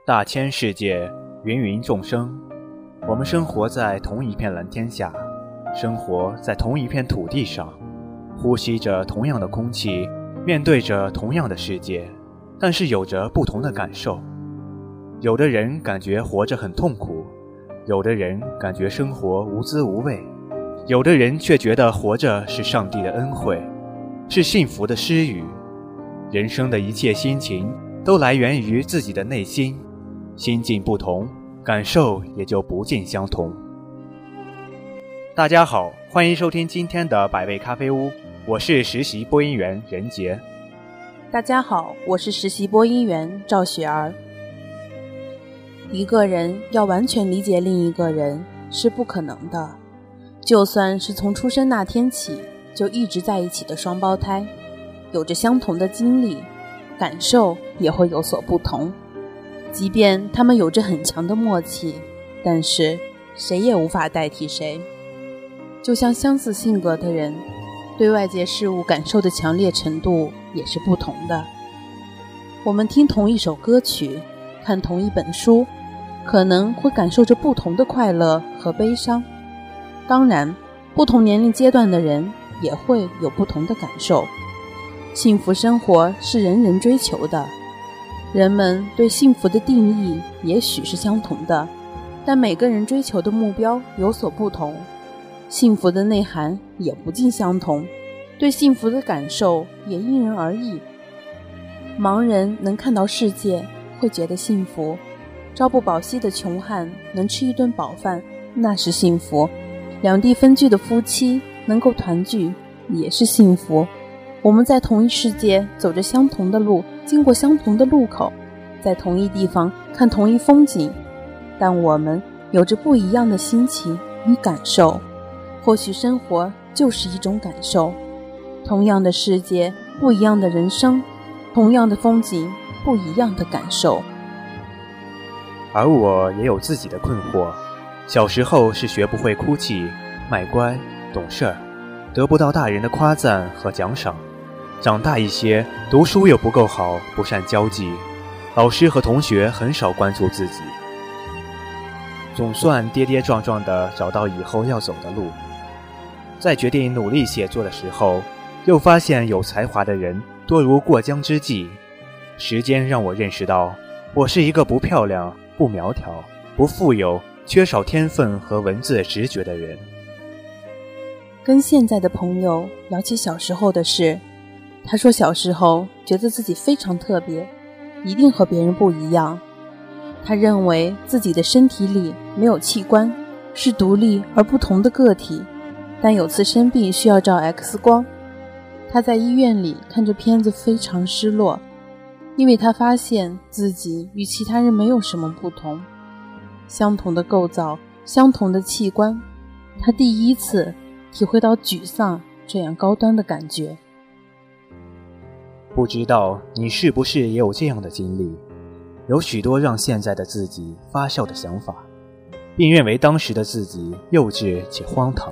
大千世界，芸芸众生，我们生活在同一片蓝天下，生活在同一片土地上，呼吸着同样的空气，面对着同样的世界，但是有着不同的感受。有的人感觉活着很痛苦，有的人感觉生活无滋无味，有的人却觉得活着是上帝的恩惠，是幸福的施予。人生的一切心情都来源于自己的内心，心境不同，感受也就不尽相同。大家好，欢迎收听今天的百味咖啡屋，我是实习播音员任杰。 大家好，我是实习播音员赵雪儿。一个人要完全理解另一个人是不可能的，就算是从出生那天起就一直在一起的双胞胎，有着相同的经历，感受也会有所不同。即便他们有着很强的默契，但是谁也无法代替谁。就像相似性格的人，对外界事物感受的强烈程度也是不同的。我们听同一首歌曲，看同一本书，可能会感受着不同的快乐和悲伤。当然，不同年龄阶段的人也会有不同的感受。幸福生活是人人追求的，人们对幸福的定义也许是相同的，但每个人追求的目标有所不同，幸福的内涵也不尽相同，对幸福的感受也因人而异。盲人能看到世界，会觉得幸福；朝不保夕的穷汉能吃一顿饱饭，那是幸福；两地分居的夫妻能够团聚，也是幸福。我们在同一世界走着相同的路，经过相同的路口，在同一地方看同一风景，但我们有着不一样的心情与感受。或许生活就是一种感受，同样的世界，不一样的人生，同样的风景，不一样的感受。 而我也有自己的困惑，小时候是学不会哭泣、卖乖、懂事儿，得不到大人的夸赞和奖赏。长大一些，读书又不够好，不善交际，老师和同学很少关注自己。总算跌跌撞撞地找到以后要走的路，在决定努力写作的时候，又发现有才华的人多如过江之鲫。时间让我认识到，我是一个不漂亮、不苗条、不富有、缺少天分和文字直觉的人。 跟现在的朋友聊起小时候的事，他说小时候觉得自己非常特别，一定和别人不一样。他认为自己的身体里没有器官，是独立而不同的个体。但有次生病需要照 X 光，他在医院里看着片子非常失落，因为他发现自己与其他人没有什么不同，相同的构造，相同的器官。他第一次体会到沮丧这样高端的感觉。 不知道你是不是也有这样的经历，有许多让现在的自己发笑的想法，并认为当时的自己幼稚且荒唐。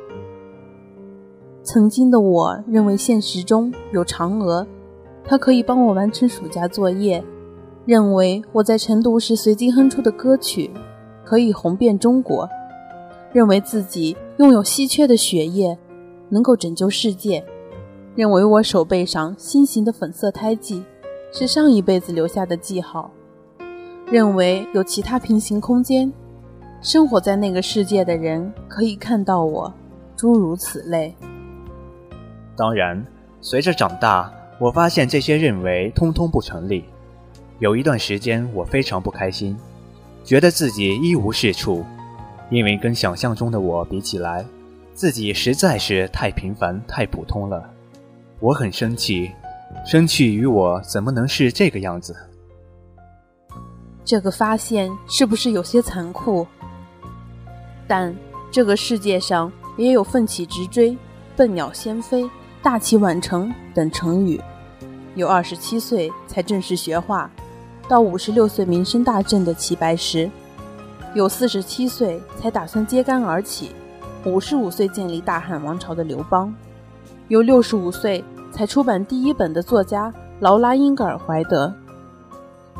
曾经的我认为现实中有嫦娥，她可以帮我完成暑假作业，认为我在晨读时随机哼出的歌曲可以红遍中国，认为自己拥有稀缺的血液能够拯救世界，认为我手背上心形的粉色胎记是上一辈子留下的记号，认为有其他平行空间，生活在那个世界的人可以看到我，诸如此类。 当然，随着长大，我发现这些认为通通不成立。有一段时间我非常不开心，觉得自己一无是处，因为跟想象中的我比起来，自己实在是太平凡太普通了。我很生气，生气于我怎么能是这个样子。 这个发现是不是有些残酷？但这个世界上也有奋起直追、笨鸟先飞、大器晚成等成语。有27岁才正式学画，到56岁名声大振的齐白石；有47岁才打算揭竿而起，55岁建立大汉王朝的刘邦；有65岁才出版第一本的作家劳拉·英格尔怀德。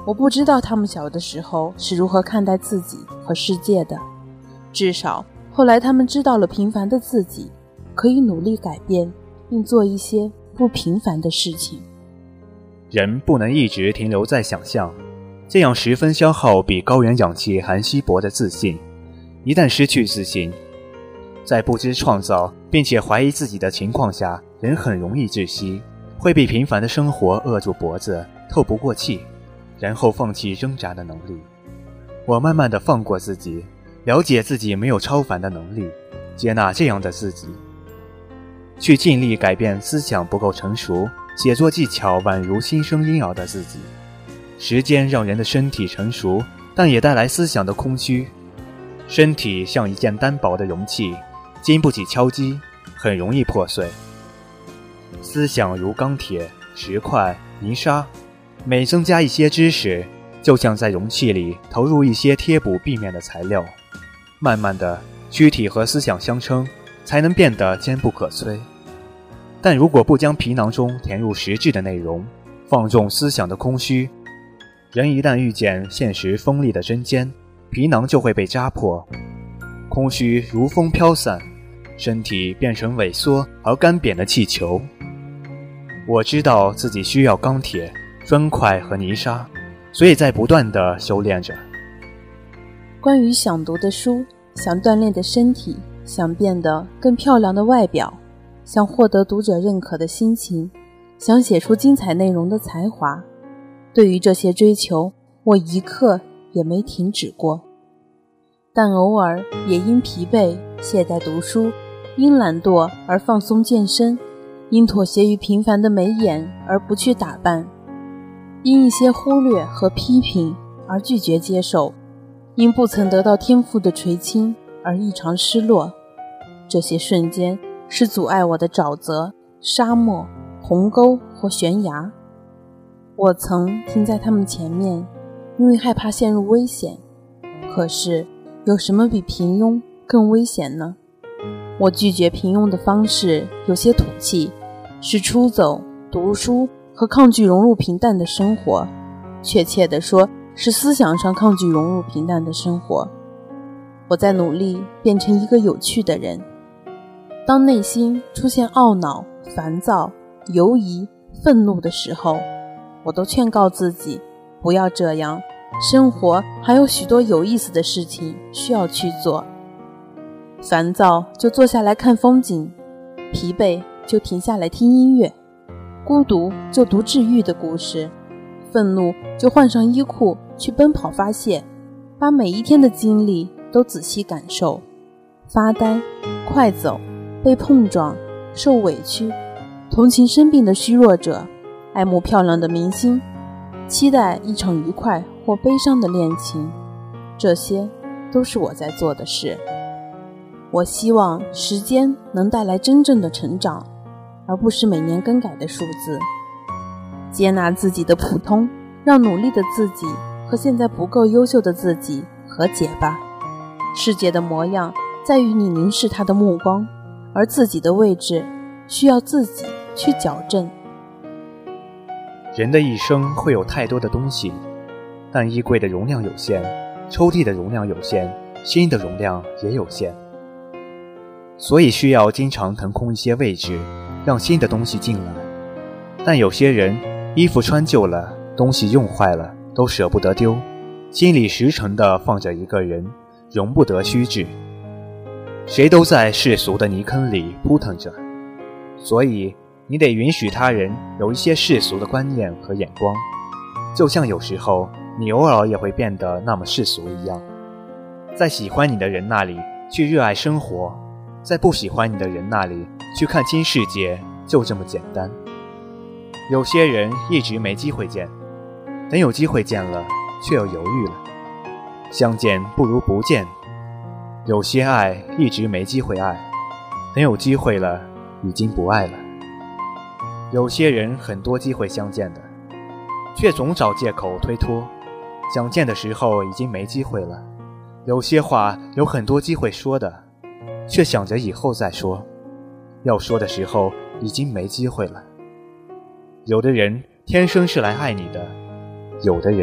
我不知道他们小的时候是如何看待自己和世界的，至少后来他们知道了平凡的自己可以努力改变，并做一些不平凡的事情。 人不能一直停留在想象，这样十分消耗比高原氧气还稀薄的自信。一旦失去自信，在不知创造并且怀疑自己的情况下，人很容易窒息，会被平凡的生活扼住脖子，透不过气，然后放弃挣扎的能力。我慢慢地放过自己，了解自己没有超凡的能力，接纳这样的自己，去尽力改变思想不够成熟，写作技巧宛如新生婴儿的自己。时间让人的身体成熟，但也带来思想的空虚。身体像一件单薄的容器，经不起敲击，很容易破碎。思想如钢铁、石块、泥沙，每增加一些知识，就像在容器里投入一些贴补壁面的材料，慢慢的，躯体和思想相称，才能变得坚不可摧。但如果不将皮囊中填入实质的内容，放纵思想的空虚，人一旦遇见现实锋利的针尖，皮囊就会被扎破，空虚如风飘散，身体变成萎缩而干瘪的气球。我知道自己需要钢铁、砖块和泥沙，所以在不断地修炼着。 关于想读的书，想锻炼的身体，想变得更漂亮的外表，想获得读者认可的心情，想写出精彩内容的才华，对于这些追求，我一刻也没停止过。但偶尔也因疲惫懈怠读书，因懒惰而放松健身，因妥协于平凡的眉眼而不去打扮，因一些忽略和批评而拒绝接受，因不曾得到天赋的垂青而异常失落。这些瞬间是阻碍我的沼泽、沙漠、鸿沟或悬崖。我曾停在他们前面，因为害怕陷入危险。可是有什么比平庸更危险呢？我拒绝平庸的方式有些土气，是出走、读书和抗拒融入平淡的生活，确切地说，是思想上抗拒融入平淡的生活。我在努力变成一个有趣的人。当内心出现懊恼、烦躁、犹疑、愤怒的时候，我都劝告自己不要这样，生活还有许多有意思的事情需要去做。烦躁就坐下来看风景，疲惫就停下来听音乐，孤独就读治愈的故事，愤怒就换上衣裤去奔跑发泄，把每一天的经历都仔细感受，发呆、快走、被碰撞、受委屈，同情生病的虚弱者，爱慕漂亮的明星，期待一场愉快或悲伤的恋情，这些都是我在做的事。我希望时间能带来真正的成长，而不是每年更改的数字。接纳自己的普通，让努力的自己和现在不够优秀的自己和解吧。世界的模样在于你凝视它的目光，而自己的位置需要自己去矫正。 人的一生会有太多的东西，但衣柜的容量有限，抽屉的容量有限，心的容量也有限，所以需要经常腾空一些位置，让新的东西进来。但有些人衣服穿旧了，东西用坏了，都舍不得丢，心里实诚地放着一个人，容不得虚掷。谁都在世俗的泥坑里扑腾着，所以你得允许他人有一些世俗的观念和眼光，就像有时候你偶尔也会变得那么世俗一样。在喜欢你的人那里去热爱生活，在不喜欢你的人那里去看清世界，就这么简单。有些人一直没机会见，等有机会见了，却又犹豫了。相见不如不见。有些爱一直没机会爱，等有机会了，已经不爱了。有些人很多机会相见的，却总找借口推脱，想见的时候已经没机会了。有些话有很多机会说的，却想着以后再说，要说的时候已经没机会了。有的人天生是来爱你的，有的人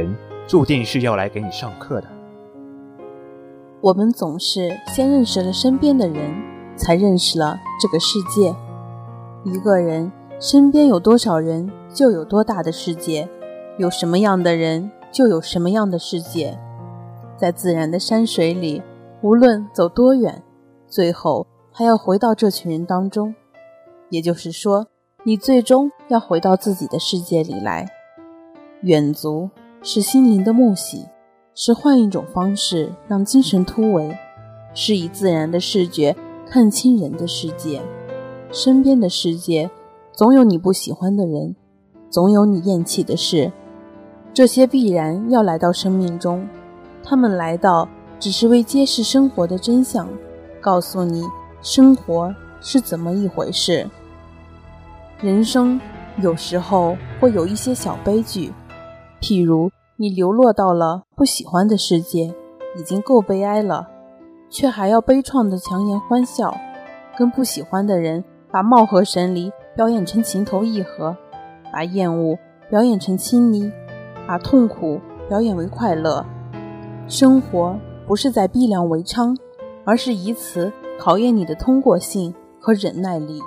注定是要来给你上课的。 我们总是先认识了身边的人，才认识了这个世界。一个人身边有多少人，就有多大的世界，有什么样的人，就有什么样的世界。在自然的山水里，无论走多远，最后还要回到这群人当中。也就是说，你最终要回到自己的世界里来。远足是心灵的沐洗，是换一种方式让精神突围，是以自然的视觉看清人的世界。身边的世界总有你不喜欢的人，总有你厌弃的事，这些必然要来到生命中。他们来到只是为揭示生活的真相，告诉你生活是怎么一回事。人生有时候会有一些小悲剧，譬如你流落到了不喜欢的世界，已经够悲哀了，却还要悲怆的强颜欢笑，跟不喜欢的人把貌合神离表演成情投意合，把厌恶表演成亲昵，把痛苦表演为快乐。生活不是在逼良为娼，而是以此考验你的通过性和忍耐力。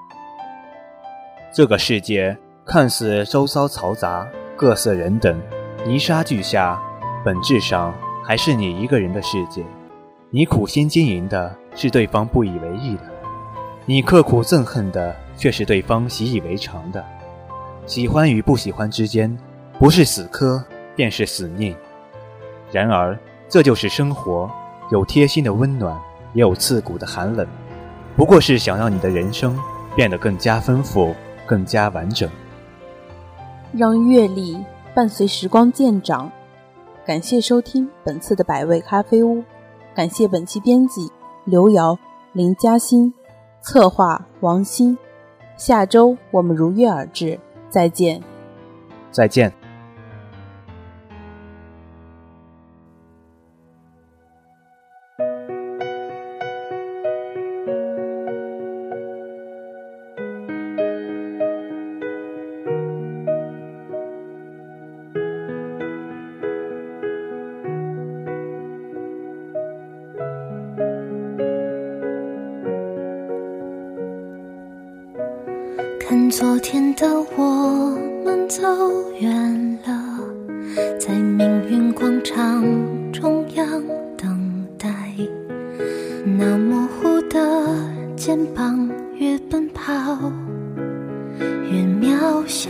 这个世界看似周遭嘈杂，各色人等，泥沙俱下，本质上还是你一个人的世界。你苦心经营的是对方不以为意的，你刻苦憎恨的却是对方习以为常的。喜欢与不喜欢之间，不是死磕便是死拧。然而这就是生活，有贴心的温暖，也有刺骨的寒冷，不过是想让你的人生变得更加丰富，更加完整。 让阅历伴随时光渐长。感谢收听本次的百味咖啡屋，感谢本期编辑刘瑶、林嘉欣，策划王鑫。下周我们如约而至，再见。 再见。 看昨天的我们走远了，在命运广场中央等待，那模糊的肩膀越奔跑越渺小。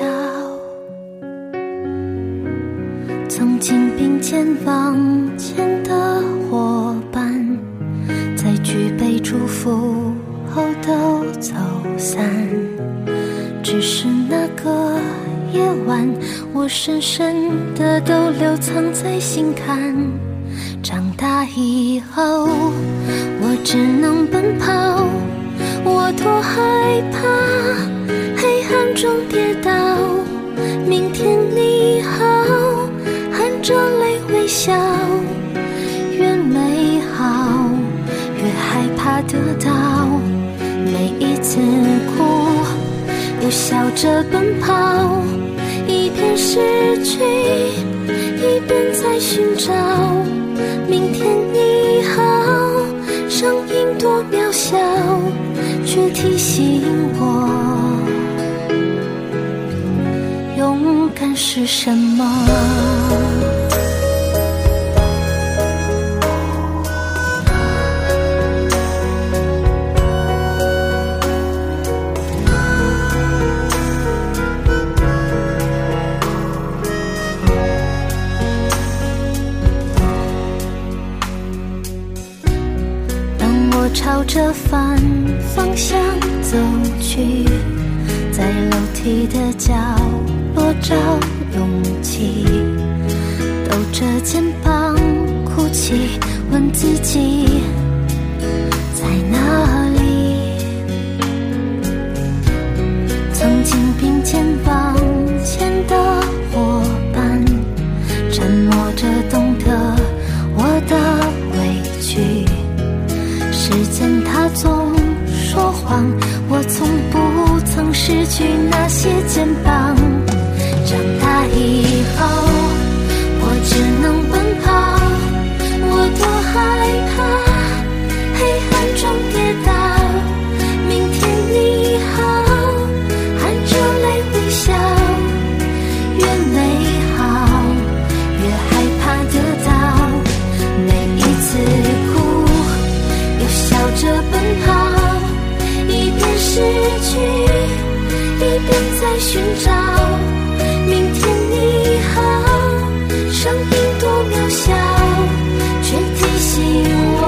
曾经并肩往前的伙伴，在举杯祝福后都走散，只是那个夜晚，我深深的都留藏在心坎。长大以后，我只能奔跑，我多害怕黑暗中跌倒。明天你好，含着泪微笑，越美好越害怕得到，每一次哭又笑着奔跑，一边失去一边在寻找。明天你好，声音多渺小，却提醒我勇敢是什么。朝着反方向走去，在楼梯的角落找勇气，抖着肩膀哭泣，问自己在哪里。曾经并肩往前的伙伴，沉默着懂得我的委屈。时间它总说谎，我从不曾失去那些肩膀。长大以后，我只边在寻找明天你好，声音多渺小，却提醒我，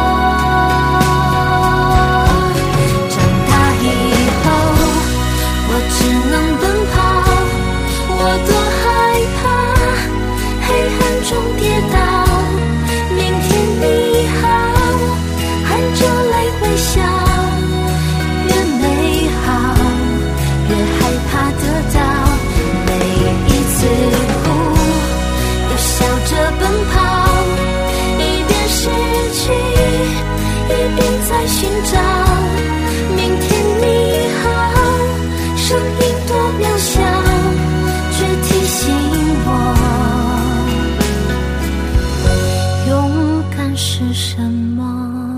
长大以后我只能奔跑，我多害怕黑暗中跌倒，明天你好，含着泪微笑，越美好越害怕得到，每一次哭又笑着奔跑，一边失去一边在寻找明天你好，声音多渺小，却提醒我勇敢是什么。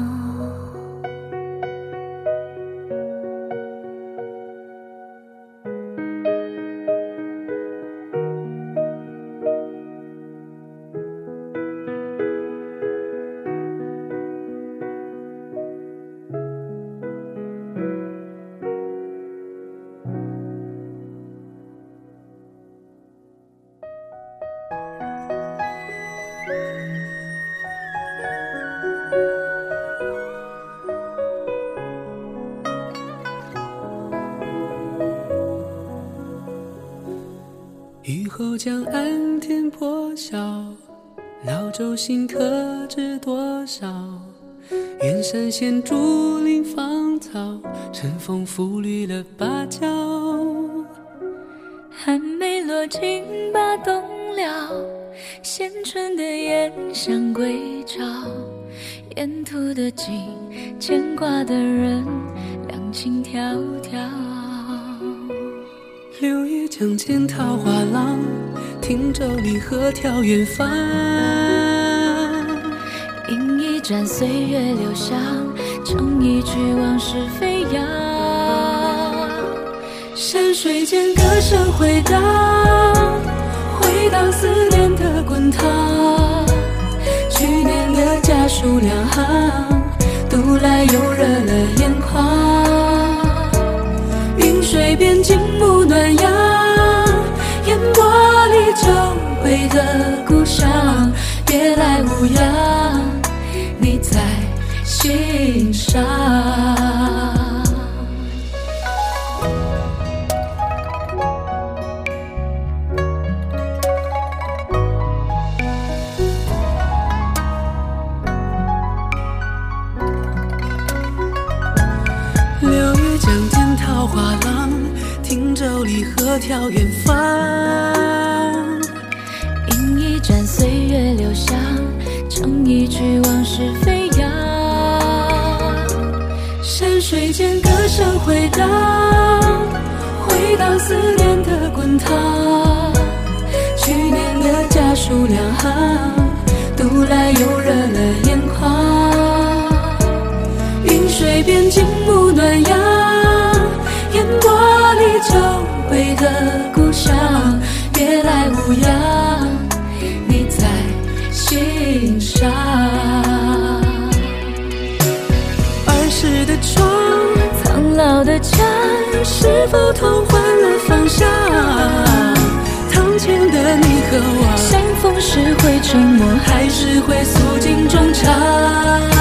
雨后江岸天破晓，老舟新客知多少？远山现竹林芳草，晨风拂绿了芭蕉。 还没落尽把冬了，现春的烟香归巢，沿途的景，牵挂的人，两情迢迢。 六月江间桃花浪，汀洲里鹤眺远方。 饮一盏岁月留香，唱一曲往事飞扬。 山水间歌声回荡，回荡思念的滚烫。去年的家书两行，读来又热了眼眶。云水边静沐暖阳，烟波里久违的故乡，别来无恙，你在心上。桃花浪，汀洲里鹤眺远方。 饮一盏岁月留香，唱一曲往事飞扬。 山水间歌声回荡，回荡思念的滚烫。去年的家书两行，读来又热了眼眶。云水边静沐暖阳，烟波里久违的故乡，别来无恙，你在心上。儿时的窗， 苍老的家， 是否同换了方向？堂前的你和我， 相逢时会沉默， 还是会诉尽衷肠？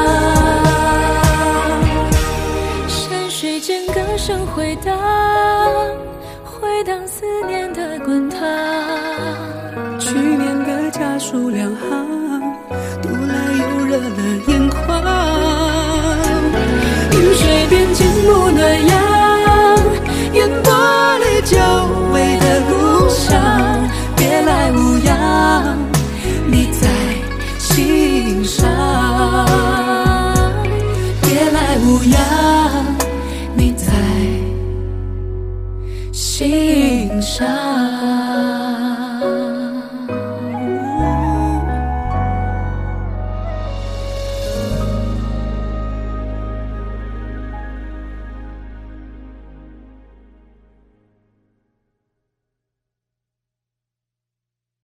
歌声回荡，回荡思念的滚烫。 去年的家书两行，读来又热了眼眶。云水边静沐暖阳，烟波里久违的故乡，别来无恙，你在心上。别来无恙，你在心上。